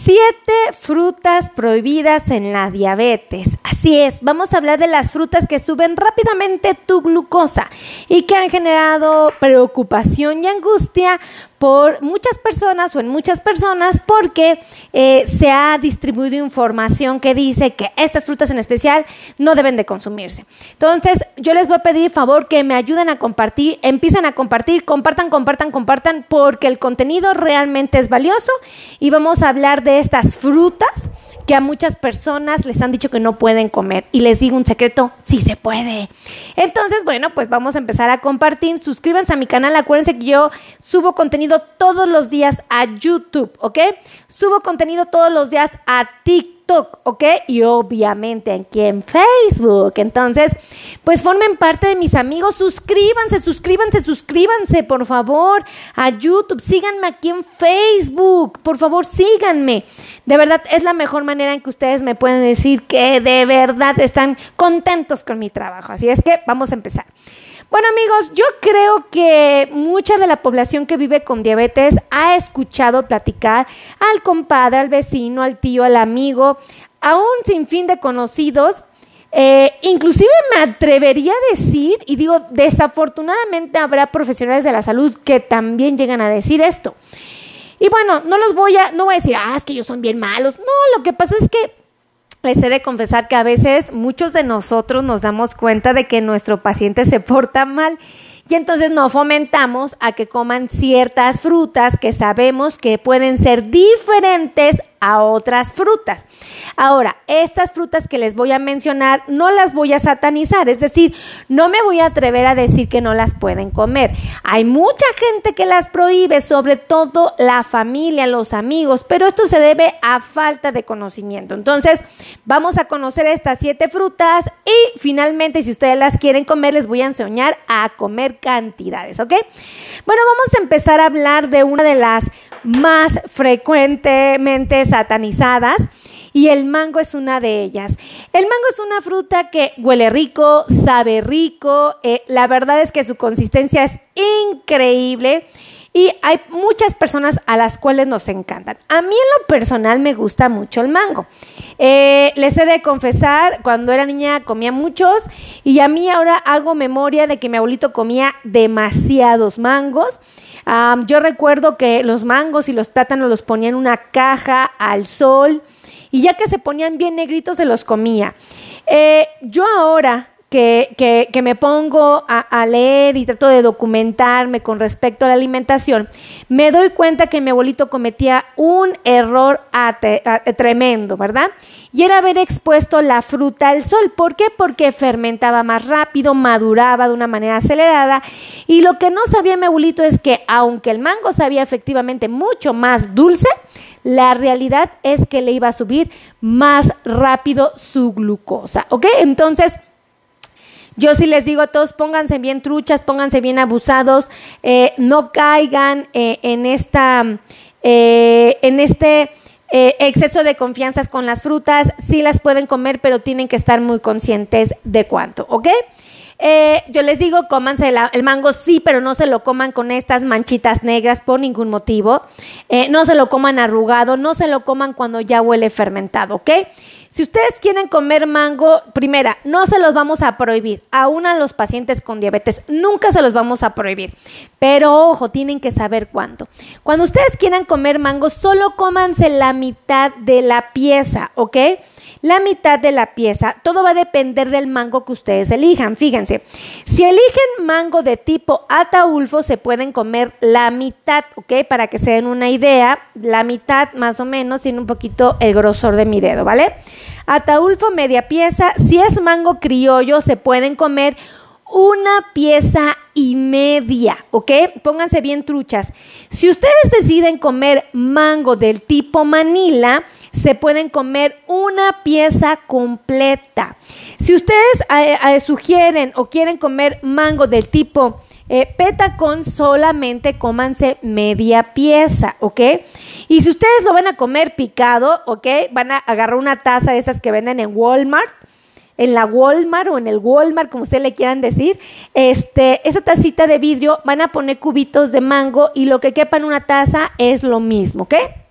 7 frutas prohibidas en la diabetes. Así es, vamos a hablar de las frutas que suben rápidamente tu glucosa y que han generado preocupación y angustia por muchas personas o en muchas personas porque se ha distribuido información que dice que estas frutas en especial no deben de consumirse. Entonces, yo les voy a pedir favor que me ayuden a compartir, empiecen a compartir, compartan, porque el contenido realmente es valioso y vamos a hablar de estas frutas que a muchas personas les han dicho que no pueden comer. Y les digo un secreto, sí se puede. Entonces, bueno, pues vamos a empezar a compartir. Suscríbanse a mi canal. Acuérdense que yo subo contenido todos los días a YouTube, ¿ok? Subo contenido todos los días a TikTok, ¿ok? Y obviamente aquí en Facebook. Entonces, pues formen parte de mis amigos. Suscríbanse, por favor, a YouTube. Síganme aquí en Facebook. Por favor, síganme. De verdad, es la mejor manera en que ustedes me pueden decir que de verdad están contentos con mi trabajo. Así es que vamos a empezar. Bueno, amigos, yo creo que mucha de la población que vive con diabetes ha escuchado platicar al compadre, al vecino, al tío, al amigo, a un sinfín de conocidos. Inclusive me atrevería a decir, y digo, desafortunadamente habrá profesionales de la salud que también llegan a decir esto. Y bueno, no voy a decir, es que ellos son bien malos. No, lo que pasa es que les he de confesar que a veces muchos de nosotros nos damos cuenta de que nuestro paciente se porta mal y entonces no fomentamos a que coman ciertas frutas que sabemos que pueden ser diferentes a otras frutas. Ahora, estas frutas que les voy a mencionar no las voy a satanizar, es decir, no me voy a atrever a decir que no las pueden comer. Hay mucha gente que las prohíbe, sobre todo la familia, los amigos, pero esto se debe a falta de conocimiento. Entonces, vamos a conocer estas 7 frutas y finalmente, si ustedes las quieren comer, les voy a enseñar a comer cantidades, ¿ok? Bueno, vamos a empezar a hablar de una de las más frecuentemente satanizadas y el mango es una de ellas. El mango es una fruta que huele rico, sabe rico, la verdad es que su consistencia es increíble y hay muchas personas a las cuales nos encantan. A mí en lo personal me gusta mucho el mango. Les he de confesar, cuando era niña comía muchos y a mí ahora hago memoria de que mi abuelito comía demasiados mangos. Yo recuerdo que los mangos y los plátanos los ponía en una caja al sol y ya que se ponían bien negritos se los comía. Yo ahora que me pongo a leer y trato de documentarme con respecto a la alimentación, me doy cuenta que mi abuelito cometía un error tremendo, ¿verdad? Y era haber expuesto la fruta al sol. ¿Por qué? Porque fermentaba más rápido, maduraba de una manera acelerada. Y lo que no sabía mi abuelito es que, aunque el mango sabía efectivamente mucho más dulce, la realidad es que le iba a subir más rápido su glucosa, ¿ok? Entonces, yo sí les digo a todos, pónganse bien truchas, pónganse bien abusados, no caigan en este exceso de confianzas con las frutas. Sí las pueden comer, pero tienen que estar muy conscientes de cuánto, ¿ok? Yo les digo, cómanse el mango, sí, pero no se lo coman con estas manchitas negras por ningún motivo. No se lo coman arrugado, no se lo coman cuando ya huele fermentado, ¿ok? Si ustedes quieren comer mango, primera, no se los vamos a prohibir. Aún a los pacientes con diabetes, nunca se los vamos a prohibir. Pero ojo, tienen que saber cuánto. Cuando ustedes quieran comer mango, solo cómanse la mitad de la pieza, ¿ok? La mitad de la pieza. Todo va a depender del mango que ustedes elijan. Fíjense, si eligen mango de tipo Ataulfo, se pueden comer la mitad, ¿ok? Para que se den una idea, la mitad más o menos tiene un poquito el grosor de mi dedo, ¿vale? Ataulfo, media pieza. Si es mango criollo, se pueden comer una pieza y media, ¿ok? Pónganse bien truchas. Si ustedes deciden comer mango del tipo Manila, se pueden comer una pieza completa. Si ustedes sugieren o quieren comer mango del tipo Petacón, solamente cómanse media pieza, ¿ok? Y si ustedes lo van a comer picado, ¿ok? Van a agarrar una taza de esas que venden en Walmart, en la Walmart o en el Walmart, como ustedes le quieran decir, esa tacita de vidrio, van a poner cubitos de mango y lo que quepa en una taza es lo mismo, ¿ok?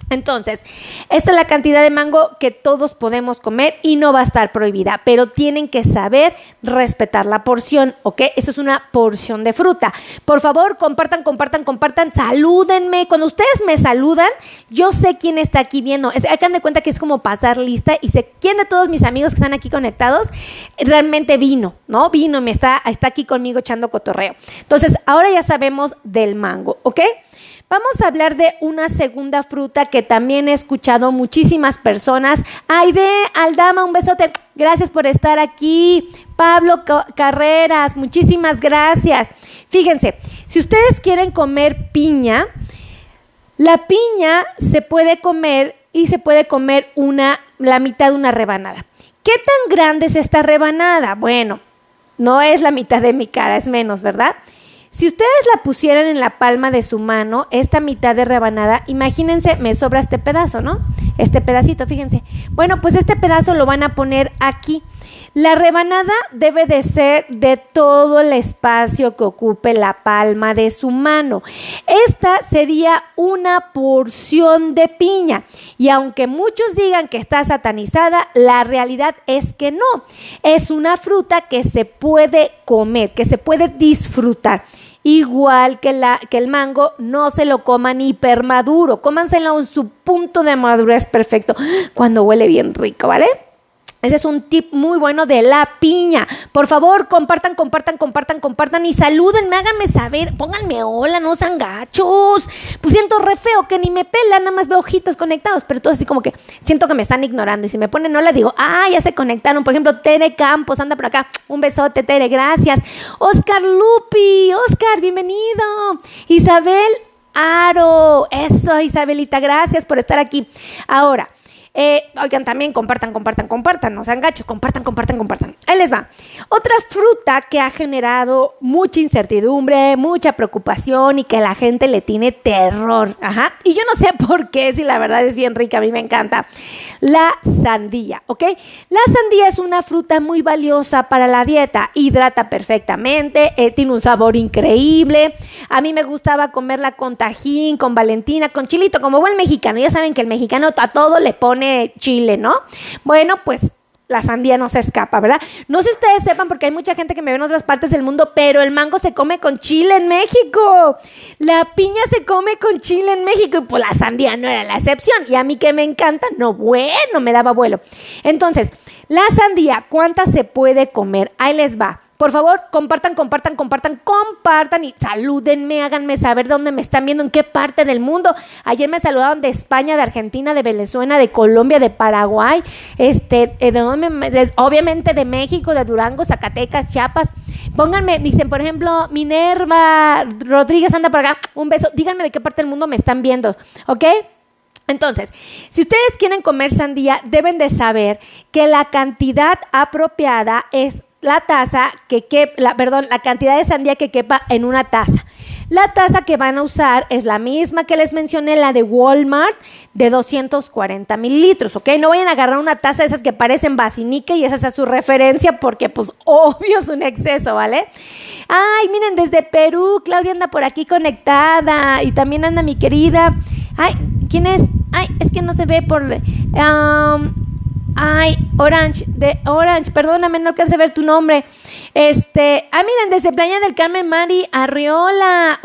Entonces, esta es la cantidad de mango que todos podemos comer y no va a estar prohibida, pero tienen que saber respetar la porción, ¿ok? Eso es una porción de fruta. Por favor, compartan, salúdenme. Cuando ustedes me saludan, yo sé quién está aquí viendo. Hagan de cuenta que es como pasar lista y sé quién de todos mis amigos que están aquí conectados realmente vino, ¿no? Vino y está aquí conmigo echando cotorreo. Entonces, ahora ya sabemos del mango, ¿ok? Vamos a hablar de una segunda fruta que también he escuchado muchísimas personas. Aide Aldama, un besote. Gracias por estar aquí. Pablo Carreras, muchísimas gracias. Fíjense, si ustedes quieren comer piña, la piña se puede comer y se puede comer la mitad de una rebanada. ¿Qué tan grande es esta rebanada? Bueno, no es la mitad de mi cara, es menos, ¿verdad? Si ustedes la pusieran en la palma de su mano, esta mitad de rebanada, imagínense, me sobra este pedazo, ¿no? Este pedacito, fíjense. Bueno, pues este pedazo lo van a poner aquí. La rebanada debe de ser de todo el espacio que ocupe la palma de su mano. Esta sería una porción de piña. Y aunque muchos digan que está satanizada, la realidad es que no. Es una fruta que se puede comer, que se puede disfrutar. Igual que el mango, no se lo coman hipermaduro, cómanselo en su punto de madurez perfecto, cuando huele bien rico, ¿vale? Ese es un tip muy bueno de la piña. Por favor, compartan y salúdenme, háganme saber, pónganme hola, no sean gachos. Pues siento re feo que ni me pelan, nada más veo ojitos conectados, pero todo así como que siento que me están ignorando. Y si me ponen hola, digo, ya se conectaron. Por ejemplo, Tere Campos, anda por acá. Un besote, Tere, gracias. Oscar Lupi, Oscar, bienvenido. Isabel Aro, eso, Isabelita, gracias por estar aquí. Ahora, oigan, también compartan, no sean gachos, compartan. Ahí les va. Otra fruta que ha generado mucha incertidumbre, mucha preocupación y que la gente le tiene terror. Ajá. Y yo no sé por qué, si la verdad es bien rica, a mí me encanta. La sandía, ¿ok? La sandía es una fruta muy valiosa para la dieta, hidrata perfectamente, tiene un sabor increíble. A mí me gustaba comerla con tajín, con valentina, con chilito, como buen mexicano. Ya saben que el mexicano a todo le pone chile, ¿no? Bueno, pues la sandía no se escapa, ¿verdad? No sé si ustedes sepan, porque hay mucha gente que me ve en otras partes del mundo, pero el mango se come con chile en México. La piña se come con chile en México y pues la sandía no era la excepción. Y a mí que me encanta, no, bueno, me daba vuelo. Entonces, la sandía, ¿cuántas se puede comer? Ahí les va. Por favor, compartan y salúdenme, háganme saber de dónde me están viendo, en qué parte del mundo. Ayer me saludaron de España, de Argentina, de Venezuela, de Colombia, de Paraguay, obviamente de México, de Durango, Zacatecas, Chiapas. Pónganme, dicen, por ejemplo, Minerva Rodríguez anda por acá, un beso. Díganme de qué parte del mundo me están viendo, ¿ok? Entonces, si ustedes quieren comer sandía, deben de saber que la cantidad apropiada es la cantidad de sandía que quepa en una taza. La taza que van a usar es la misma que les mencioné, la de Walmart, de 240 mililitros, ¿ok? No vayan a agarrar una taza de esas que parecen vasinique y esa es su referencia porque, pues, obvio es un exceso, ¿vale? Ay, miren, desde Perú, Claudia anda por aquí conectada y también anda mi querida. Ay, ¿quién es? Ay, es que no se ve por... Orange, perdóname, no alcancé a ver tu nombre. Miren, desde Playa del Carmen, Mari Arriola.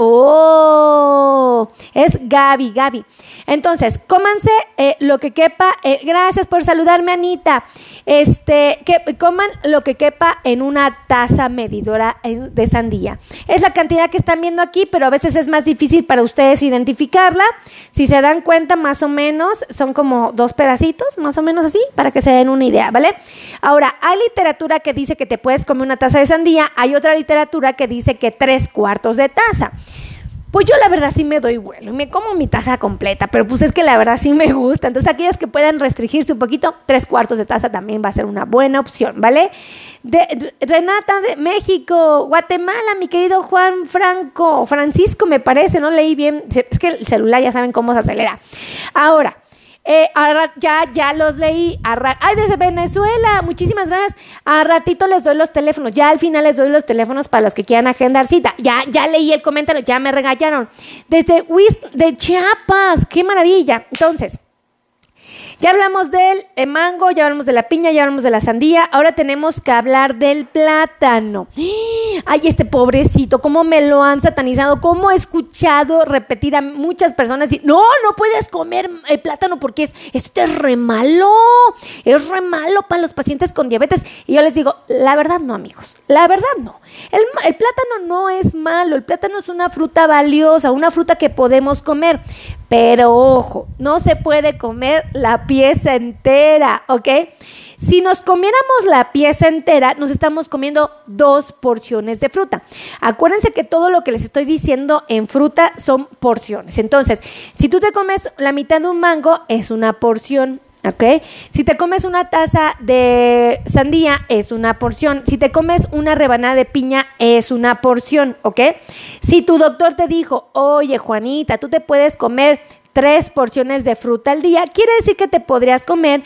Es Gaby. Entonces, cómanse lo que quepa. Gracias por saludarme, Anita. Que coman lo que quepa en una taza medidora de sandía. Es la cantidad que están viendo aquí, pero a veces es más difícil para ustedes identificarla. Si se dan cuenta, más o menos, son como 2 pedacitos, más o menos así, para que se den una idea, ¿vale? Ahora, hay literatura que dice que te puedes comer una taza de sandía, hay otra literatura que dice que 3/4 de taza. Pues yo la verdad sí me doy vuelo y me como mi taza completa, pero pues es que la verdad sí me gusta. Entonces aquellas que puedan restringirse un poquito, 3/4 de taza también va a ser una buena opción, ¿vale? Renata de México, Guatemala, mi querido Francisco me parece, no leí bien, es que el celular ya saben cómo se acelera. Ahora, ya los leí. Ay, desde Venezuela, muchísimas gracias. A ratito les doy los teléfonos. Ya al final les doy los teléfonos para los que quieran agendar cita. Ya leí el comentario, ya me regañaron. Desde de Chiapas, qué maravilla. Entonces, Ya hablamos del mango, ya hablamos de la piña, ya hablamos de la sandía. Ahora tenemos que hablar del plátano. Ay, este pobrecito, cómo me lo han satanizado, cómo he escuchado repetir a muchas personas y no puedes comer el plátano porque este es re malo para los pacientes con diabetes. Y yo les digo, la verdad no, amigos, la verdad no. El plátano no es malo, el plátano es una fruta valiosa, una fruta que podemos comer. Pero ojo, no se puede comer la pieza entera, ¿ok? Si nos comiéramos la pieza entera, nos estamos comiendo 2 porciones de fruta. Acuérdense que todo lo que les estoy diciendo en fruta son porciones. Entonces, si tú te comes la mitad de un mango, es una porción. ¿Ok? Si te comes una taza de sandía, es una porción. Si te comes una rebanada de piña, es una porción, ¿ok? Si tu doctor te dijo, oye, Juanita, tú te puedes comer 3 porciones de fruta al día, quiere decir que te podrías comer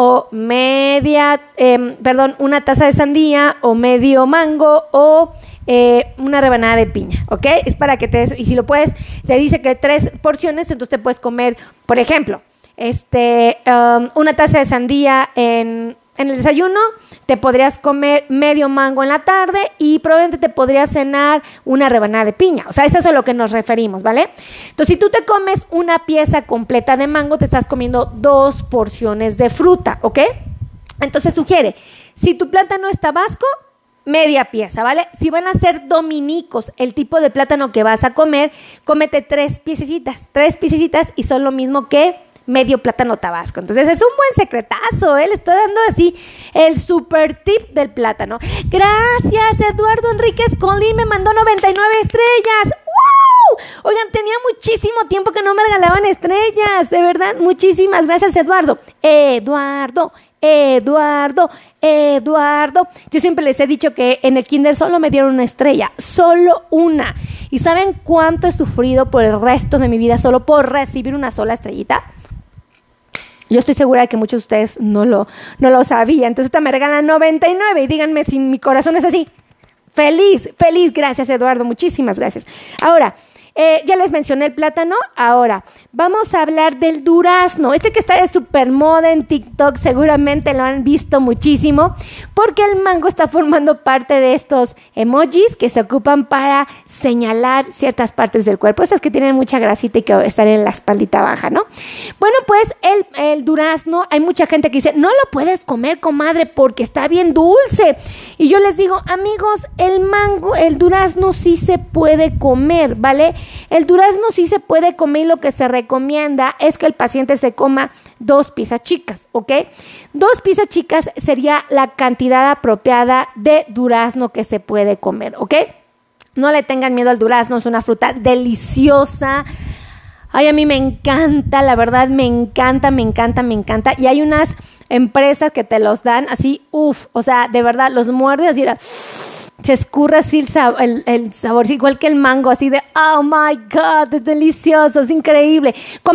una taza de sandía o medio mango o una rebanada de piña, ¿ok? Es para que y si lo puedes, te dice que 3 porciones, entonces te puedes comer, por ejemplo, una taza de sandía en el desayuno, te podrías comer medio mango en la tarde y probablemente te podrías cenar una rebanada de piña. O sea, eso es a lo que nos referimos, ¿vale? Entonces, si tú te comes una pieza completa de mango, te estás comiendo 2 porciones de fruta, ¿ok? Entonces, sugiere, si tu plátano es tabasco, media pieza, ¿vale? Si van a ser dominicos, el tipo de plátano que vas a comer, cómete 3 piececitas y son lo mismo que medio plátano tabasco. Entonces es un buen secretazo, le estoy dando así el super tip del plátano. Gracias, Eduardo Enríquez Colín me mandó 99 estrellas. ¡Wow! Oigan, tenía muchísimo tiempo que no me regalaban estrellas, de verdad, muchísimas gracias, Eduardo. Yo siempre les he dicho que en el kinder solo me dieron una estrella, solo una. ¿Y saben cuánto he sufrido por el resto de mi vida solo por recibir una sola estrellita? Yo estoy segura de que muchos de ustedes no lo sabían. Entonces me regalan 99 y díganme si mi corazón es así. Feliz, gracias, Eduardo, muchísimas gracias. Ahora, ya les mencioné el plátano, ahora vamos a hablar del durazno. Que está de super moda en TikTok, seguramente lo han visto muchísimo, porque el mango está formando parte de estos emojis que se ocupan para señalar ciertas partes del cuerpo, estas que tienen mucha grasita y que están en la espaldita baja, ¿no? Bueno, pues el durazno, hay mucha gente que dice, no lo puedes comer, comadre, porque está bien dulce. Y yo les digo, amigos, el durazno sí se puede comer, ¿vale? El durazno sí se puede comer y lo que se recomienda es que el paciente se coma 2 piezas chicas, ¿ok? 2 piezas chicas sería la cantidad apropiada de durazno que se puede comer, ¿ok? No le tengan miedo al durazno, es una fruta deliciosa. Ay, a mí me encanta, la verdad, me encanta. Y hay unas empresas que te los dan así, o sea, de verdad, los muerdes así, se escurre así el sabor, igual que el mango, así de, oh my God, es delicioso, es increíble.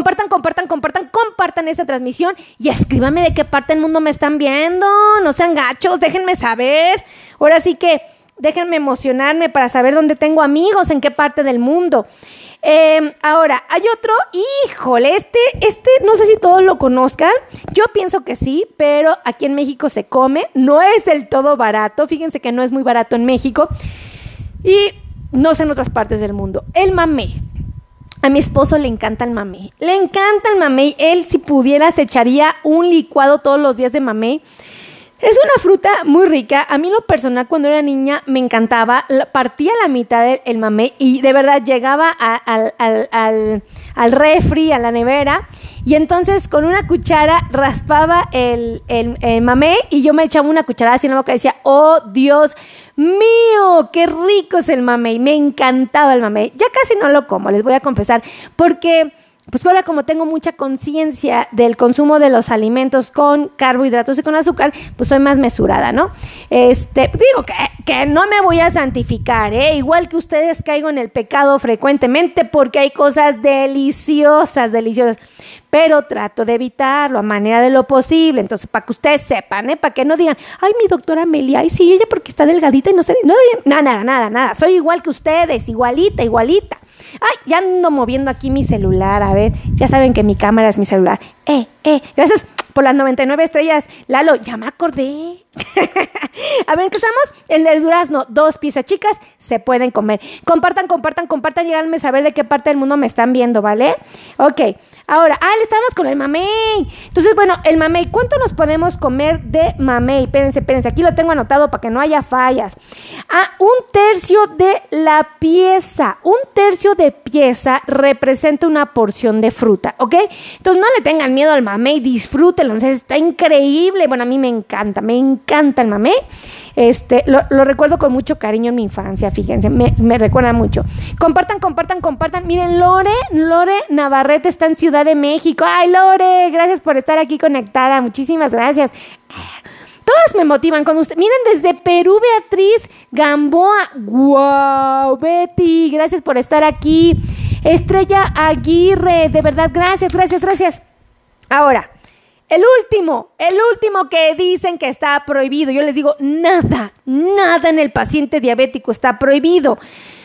Compartan esta transmisión y escríbanme de qué parte del mundo me están viendo. No sean gachos, déjenme saber. Ahora sí que déjenme emocionarme para saber dónde tengo amigos, en qué parte del mundo. Ahora, hay otro, híjole, no sé si todos lo conozcan, yo pienso que sí, pero aquí en México se come, no es del todo barato, fíjense que no es muy barato en México y no sé en otras partes del mundo, el mamey. A mi esposo le encanta el mamey, él si pudiera se echaría un licuado todos los días de mamey. Es una fruta muy rica. A mí en lo personal, cuando era niña, me encantaba. Partía la mitad del mamey y de verdad llegaba al refri, a la nevera. Y entonces con una cuchara raspaba el mamey y yo me echaba una cucharada así en la boca y decía, oh Dios mío, qué rico es el mamey. Me encantaba el mamey. Ya casi no lo como, les voy a confesar, porque pues ahora como tengo mucha conciencia del consumo de los alimentos con carbohidratos y con azúcar, pues soy más mesurada, ¿no? Digo que no me voy a santificar, igual que ustedes caigo en el pecado frecuentemente porque hay cosas deliciosas, pero trato de evitarlo a manera de lo posible. Entonces, para que ustedes sepan, para que no digan, ay, mi doctora Amelia, ay, sí, ella porque está delgadita y no sé, nada, soy igual que ustedes, igualita. Ay, ya ando moviendo aquí mi celular, a ver, ya saben que mi cámara es mi celular. Gracias por las 99 estrellas. Lalo, ya me acordé. A ver, ¿en qué estamos? El del durazno, 2 piezas chicas, se pueden comer. Compartan, lléganme a saber de qué parte del mundo me están viendo, ¿vale? Ok, ahora, le estamos con el mamey. Entonces, bueno, el mamey, ¿cuánto nos podemos comer de mamey? Espérense, aquí lo tengo anotado para que no haya fallas. 1/3 de la pieza. 1/3 de pieza representa una porción de fruta, ¿ok? Entonces, no le tengan miedo al mamey, disfrútenlo, está increíble. Bueno, a mí me encanta el mamey. Lo recuerdo con mucho cariño en mi infancia, fíjense, me recuerda mucho. Compartan. Miren, Lore Navarrete está en Ciudad de México. Ay, Lore, gracias por estar aquí conectada, muchísimas gracias. Todas me motivan con usted. Miren, desde Perú, Beatriz Gamboa. ¡Wow! Betty, gracias por estar aquí. Estrella Aguirre, de verdad, gracias. Ahora, el último que dicen que está prohibido. Yo les digo, nada en el paciente diabético está prohibido.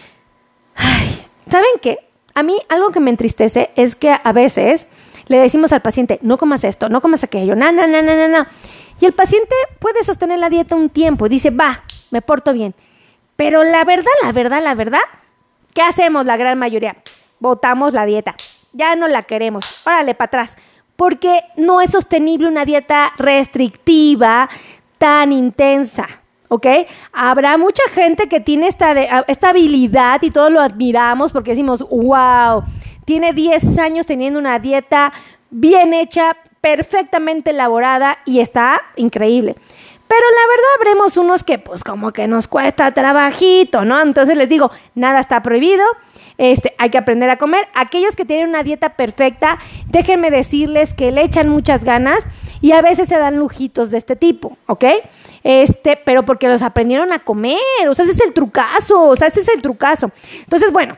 Ay, ¿saben qué? A mí algo que me entristece es que a veces le decimos al paciente, no comas esto, no comas aquello, no. Y el paciente puede sostener la dieta un tiempo y dice, va, me porto bien. Pero la verdad, ¿qué hacemos la gran mayoría? Botamos la dieta, ya no la queremos, órale, para atrás. Porque no es sostenible una dieta restrictiva tan intensa, ¿ok? Habrá mucha gente que tiene esta habilidad y todos lo admiramos porque decimos, wow, tiene 10 años teniendo una dieta bien hecha, perfectamente elaborada y está increíble. Pero la verdad habremos unos que pues como que nos cuesta trabajito, ¿no? Entonces les digo, nada está prohibido. Hay que aprender a comer. Aquellos que tienen una dieta perfecta, déjenme decirles que le echan muchas ganas y a veces se dan lujitos de este tipo, ¿ok? Pero porque los aprendieron a comer, ese es el trucazo, Entonces, bueno,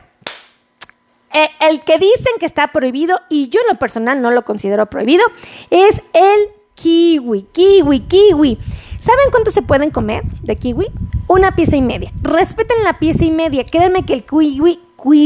el que dicen que está prohibido, y yo en lo personal no lo considero prohibido, es el kiwi. ¿Saben cuánto se pueden comer de kiwi? 1,5 piezas. Respeten la 1,5 piezas. Créanme que el kiwi.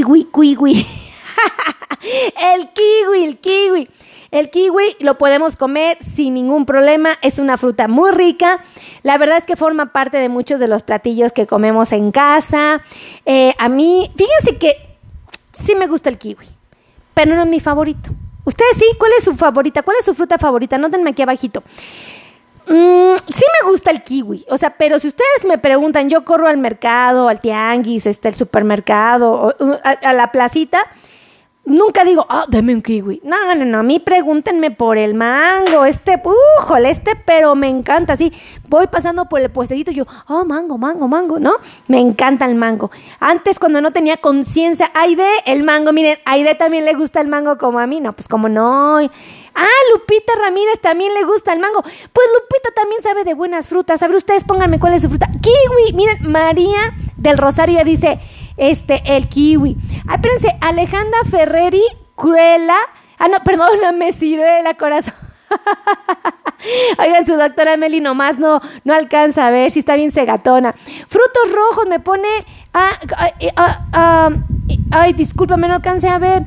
El kiwi lo podemos comer sin ningún problema. Es una fruta muy rica. La verdad es que forma parte de muchos de los platillos que comemos en casa. A mí, fíjense que sí me gusta el kiwi, pero no es mi favorito. ¿Ustedes sí? ¿Cuál es su favorita? ¿Cuál es su fruta favorita? Anótenme aquí abajito. Sí me gusta el kiwi, pero si ustedes me preguntan, yo corro al mercado, al tianguis, el supermercado, a la placita, nunca digo, dame un kiwi. No, a mí pregúntenme por el mango, pero me encanta, sí. Voy pasando por el puestecito y yo, mango, ¿no? Me encanta el mango. Antes, cuando no tenía conciencia, el mango, miren, a Aide también le gusta el mango como a mí, no, pues como no. Lupita Ramírez también le gusta el mango. Pues Lupita también sabe de buenas frutas. A ver, ustedes pónganme cuál es su fruta. Kiwi. Miren, María del Rosario ya dice, el kiwi. Espérense, Alejandra Ferreri Cruela. Perdóname, Ciruela, corazón. Oigan, su doctora Meli nomás no alcanza a ver si está bien cegatona. Frutos rojos me pone. Discúlpame, no alcancé a ver.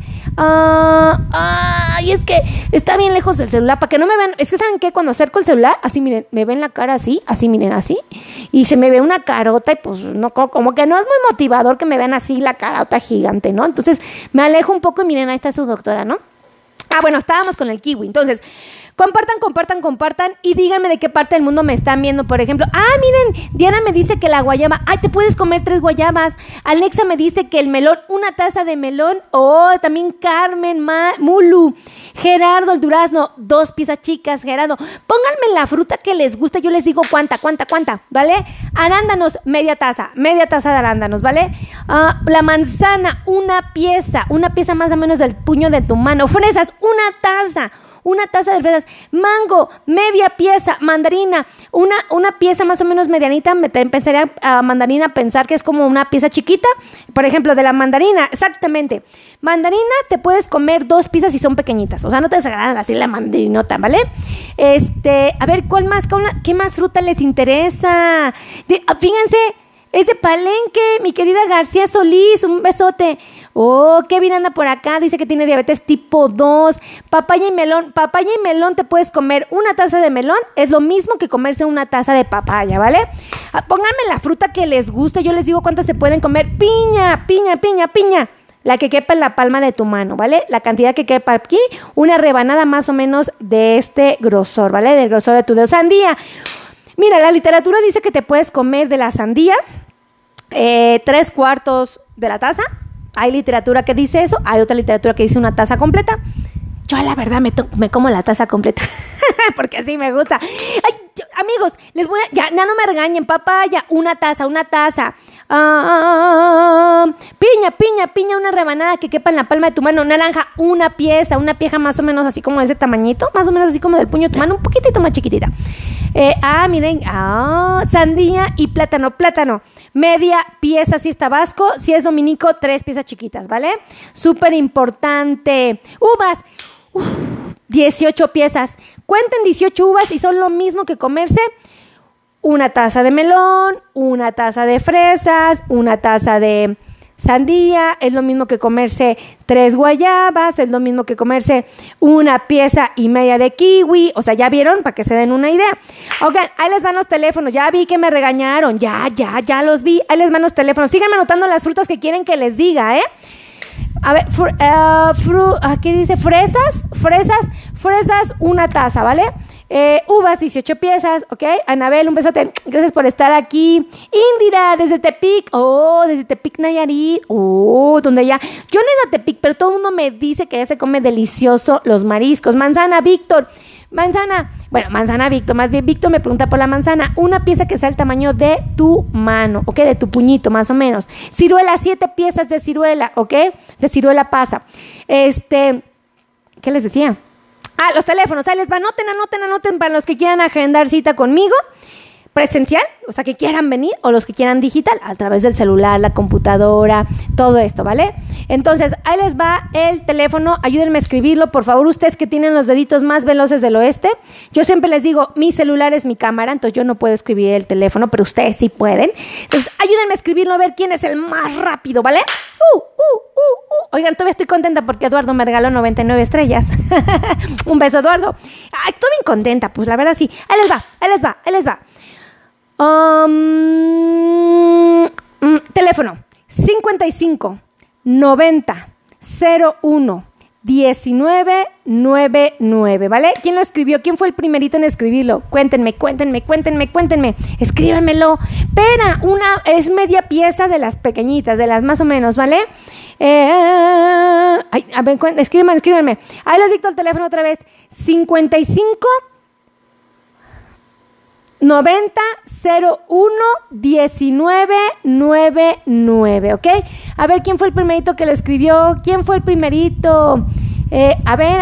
Es que está bien lejos del celular, para que no me vean. Es que ¿saben qué? Cuando acerco el celular, así miren, me ven la cara así, miren, así, y se me ve una carota y pues no, como que no es muy motivador que me vean así la carota gigante, ¿no? Entonces me alejo un poco y miren, ahí está su doctora, ¿no? Bueno, estábamos con el kiwi. Entonces, compartan y díganme de qué parte del mundo me están viendo, por ejemplo. Miren, Diana me dice que la guayaba, te puedes comer 3 guayabas. Alexa me dice que el melón, 1 taza de melón. También Carmen, Mulu. Gerardo, el durazno, 2 piezas chicas, Gerardo. Pónganme la fruta que les gusta, yo les digo cuánta, ¿vale? Arándanos, media taza de arándanos, ¿vale? La manzana, 1 pieza más o menos del puño de tu mano. Fresas, 1 taza de fresas. Mango, media pieza. Mandarina, una pieza más o menos medianita. Empezaría a mandarina pensar que es como una pieza chiquita. Por ejemplo, de la mandarina, exactamente. Mandarina te puedes comer 2 piezas si son pequeñitas. No te desagradan así la mandarinota, ¿vale? A ver, ¿cuál más? ¿Qué más fruta les interesa? Fíjense, Es de Palenque, mi querida García Solís, un besote. Oh, Kevin anda por acá, dice que tiene diabetes tipo 2. Papaya y melón, te puedes comer una taza de melón, es lo mismo que comerse una taza de papaya, ¿vale? Pónganme la fruta que les guste, yo les digo cuántas se pueden comer. Piña, la que quepa en la palma de tu mano, ¿vale? La cantidad que quepa aquí, una rebanada más o menos de este grosor, ¿vale? Del grosor de tu dedo. Sandía. Mira, la literatura dice que te puedes comer de la sandía 3/4 de la taza. Hay literatura que dice eso, hay otra literatura que dice una taza completa. Yo la verdad me como la taza completa, porque así me gusta. Ay, amigos, ya no me regañen. Papaya, una taza. Piña, una rebanada que quepa en la palma de tu mano. Naranja, una pieza más o menos así como de ese tamañito, más o menos así como del puño de tu mano, un poquitito más chiquitita. Miren, sandía y plátano, media pieza si es tabasco, si es dominico, 3 piezas chiquitas, ¿vale? Súper importante. Uvas, 18 piezas. Cuenten 18 uvas y son lo mismo que comerse una taza de melón, una taza de fresas, una taza de sandía, es lo mismo que comerse 3 guayabas, es lo mismo que comerse una pieza y media de kiwi. O sea, ¿ya vieron? Para que se den una idea. Ok, ahí les van los teléfonos. Ya vi que me regañaron. Ya los vi. Ahí les van los teléfonos. Síganme anotando las frutas que quieren que les diga, ¿eh? A ver, ¿qué dice? Fresas, una taza, ¿vale? Uvas, 18 piezas, ¿ok? Anabel, un besote. Gracias por estar aquí. Indira, desde Tepic. Desde Tepic, Nayarit. Donde ya... Yo no he ido a Tepic, pero todo el mundo me dice que ya se come delicioso los mariscos. Manzana, Víctor. Manzana, Víctor. Más bien, Víctor me pregunta por la manzana. Una pieza que sea el tamaño de tu mano, ¿ok? De tu puñito, más o menos. Ciruela, 7 piezas de ciruela, ¿ok? De ciruela pasa. ¿Qué les decía? Los teléfonos, ahí les va, anoten para los que quieran agendar cita conmigo, presencial, o sea, que quieran venir, o los que quieran digital, a través del celular, la computadora, todo esto, ¿vale? Entonces, ahí les va el teléfono, ayúdenme a escribirlo, por favor, ustedes que tienen los deditos más veloces del oeste. Yo siempre les digo, mi celular es mi cámara, entonces yo no puedo escribir el teléfono, pero ustedes sí pueden. Entonces, ayúdenme a escribirlo, a ver quién es el más rápido, ¿vale? Oigan, todavía estoy contenta porque Eduardo me regaló 99 estrellas. Un beso, Eduardo. Estoy bien contenta, pues la verdad sí. Ahí les va. Teléfono 55 90 01 1999, ¿vale? ¿Quién lo escribió? ¿Quién fue el primerito en escribirlo? Cuéntenme. Escríbanmelo. Pera, es media pieza de las pequeñitas, de las más o menos, ¿vale? A ver, escríbanme. Ahí les dicto el teléfono otra vez. 55 90 01 1999, ¿ok? A ver, ¿quién fue el primerito que lo escribió? ¿Quién fue el primerito? A ver.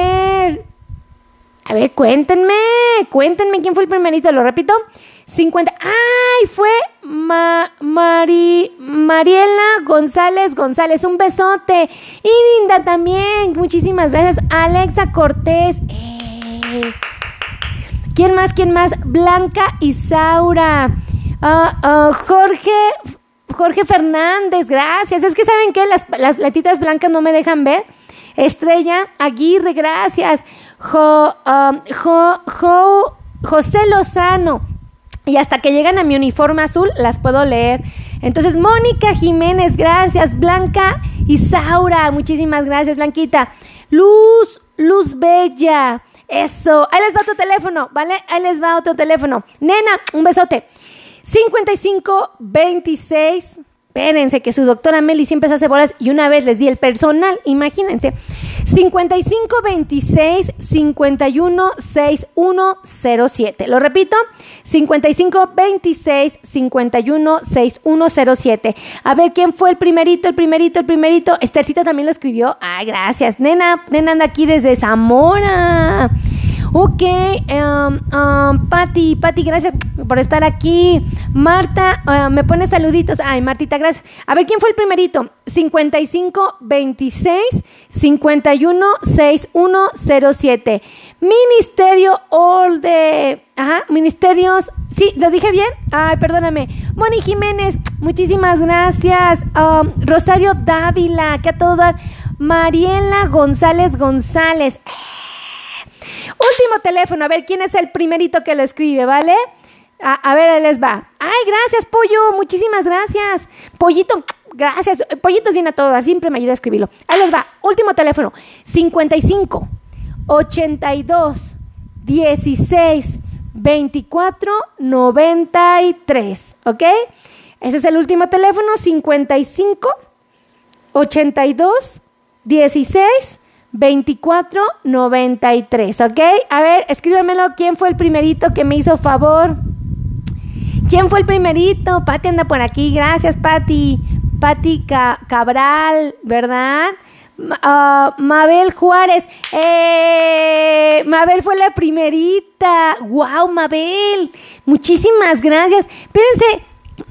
A ver, cuéntenme quién fue el primerito, lo repito. 50. ¡Ay! Fue Mariela González, un besote. Y Linda también, muchísimas gracias. Alexa Cortés. ¿Quién más? Blanca Isaura. Jorge Fernández, gracias. Es que ¿saben qué? Las letitas blancas no me dejan ver. Estrella Aguirre, gracias. José Lozano. Y hasta que llegan a mi uniforme azul, las puedo leer. Entonces, Mónica Jiménez, gracias. Blanca Isaura, muchísimas gracias, Blanquita. Luz Bella. Eso, ahí les va tu teléfono, ¿vale? Ahí les va otro teléfono. Nena, un besote. 5526. Espérense que su doctora Meli siempre se hace bolas y una vez les di el personal, imagínense. 5526 516107. Lo repito, 5526 516107. A ver, ¿quién fue el primerito? Estercita también lo escribió. Ay, gracias. Nena anda aquí desde Zamora. Ok, Pati, gracias por estar aquí. Marta, me pone saluditos. Ay, Martita, gracias. A ver, ¿quién fue el primerito? 55 26 51 61 07. Ministerio Ministerios. Sí, ¿lo dije bien? Ay, perdóname. Moni Jiménez, muchísimas gracias. Rosario Dávila, que a todo dar. Mariela González. Último teléfono, a ver quién es el primerito que lo escribe, ¿vale? A ver, ahí les va. Ay, gracias, Pollo, muchísimas gracias. Pollito, gracias. Pollito es bien a todo, siempre me ayuda a escribirlo. Ahí les va, último teléfono. 55 82 16 24 93, ¿ok? Ese es el último teléfono, 55 82 16 24 93, ¿ok? A ver, escríbemelo, ¿quién fue el primerito que me hizo favor? ¿Quién fue el primerito? Pati anda por aquí, gracias, Pati. Pati Cabral, ¿verdad? Mabel Juárez. Mabel fue la primerita. ¡Wow, Mabel! Muchísimas gracias. Espérense.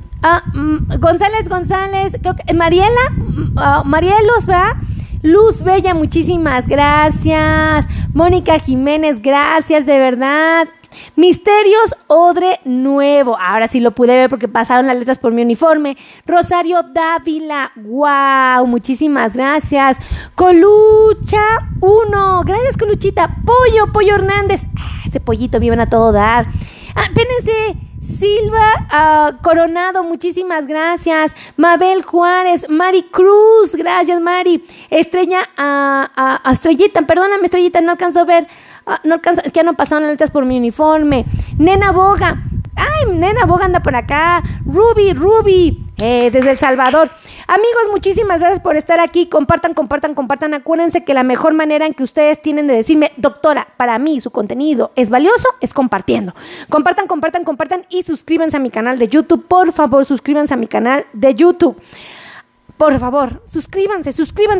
González, creo que María Luz, ¿verdad? Luz Bella, muchísimas gracias. Mónica Jiménez, gracias, de verdad. Misterios Odre Nuevo, ahora sí lo pude ver porque pasaron las letras por mi uniforme. Rosario Dávila, wow, muchísimas gracias. Colucha 1, gracias Coluchita. Pollo Hernández, ese pollito viven a todo dar. Espérense. Silva Coronado, muchísimas gracias. Mabel Juárez, Mari Cruz, gracias Mari. Estrellita, perdóname Estrellita, no alcanzo a ver. Es que ya no pasaron las letras por mi uniforme. Nena Boga, ay, Nena Boga anda por acá. Ruby, desde El Salvador. Amigos, muchísimas gracias por estar aquí. Compartan. Acuérdense que la mejor manera en que ustedes tienen de decirme, doctora, para mí su contenido es valioso, es compartiendo. Compartan y suscríbanse a mi canal de YouTube. Por favor, suscríbanse a mi canal de YouTube. Por favor, suscríbanse.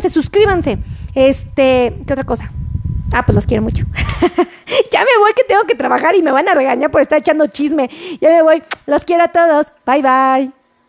¿Qué otra cosa? Pues los quiero mucho. Ya me voy, que tengo que trabajar y me van a regañar por estar echando chisme. Ya me voy. Los quiero a todos. Bye.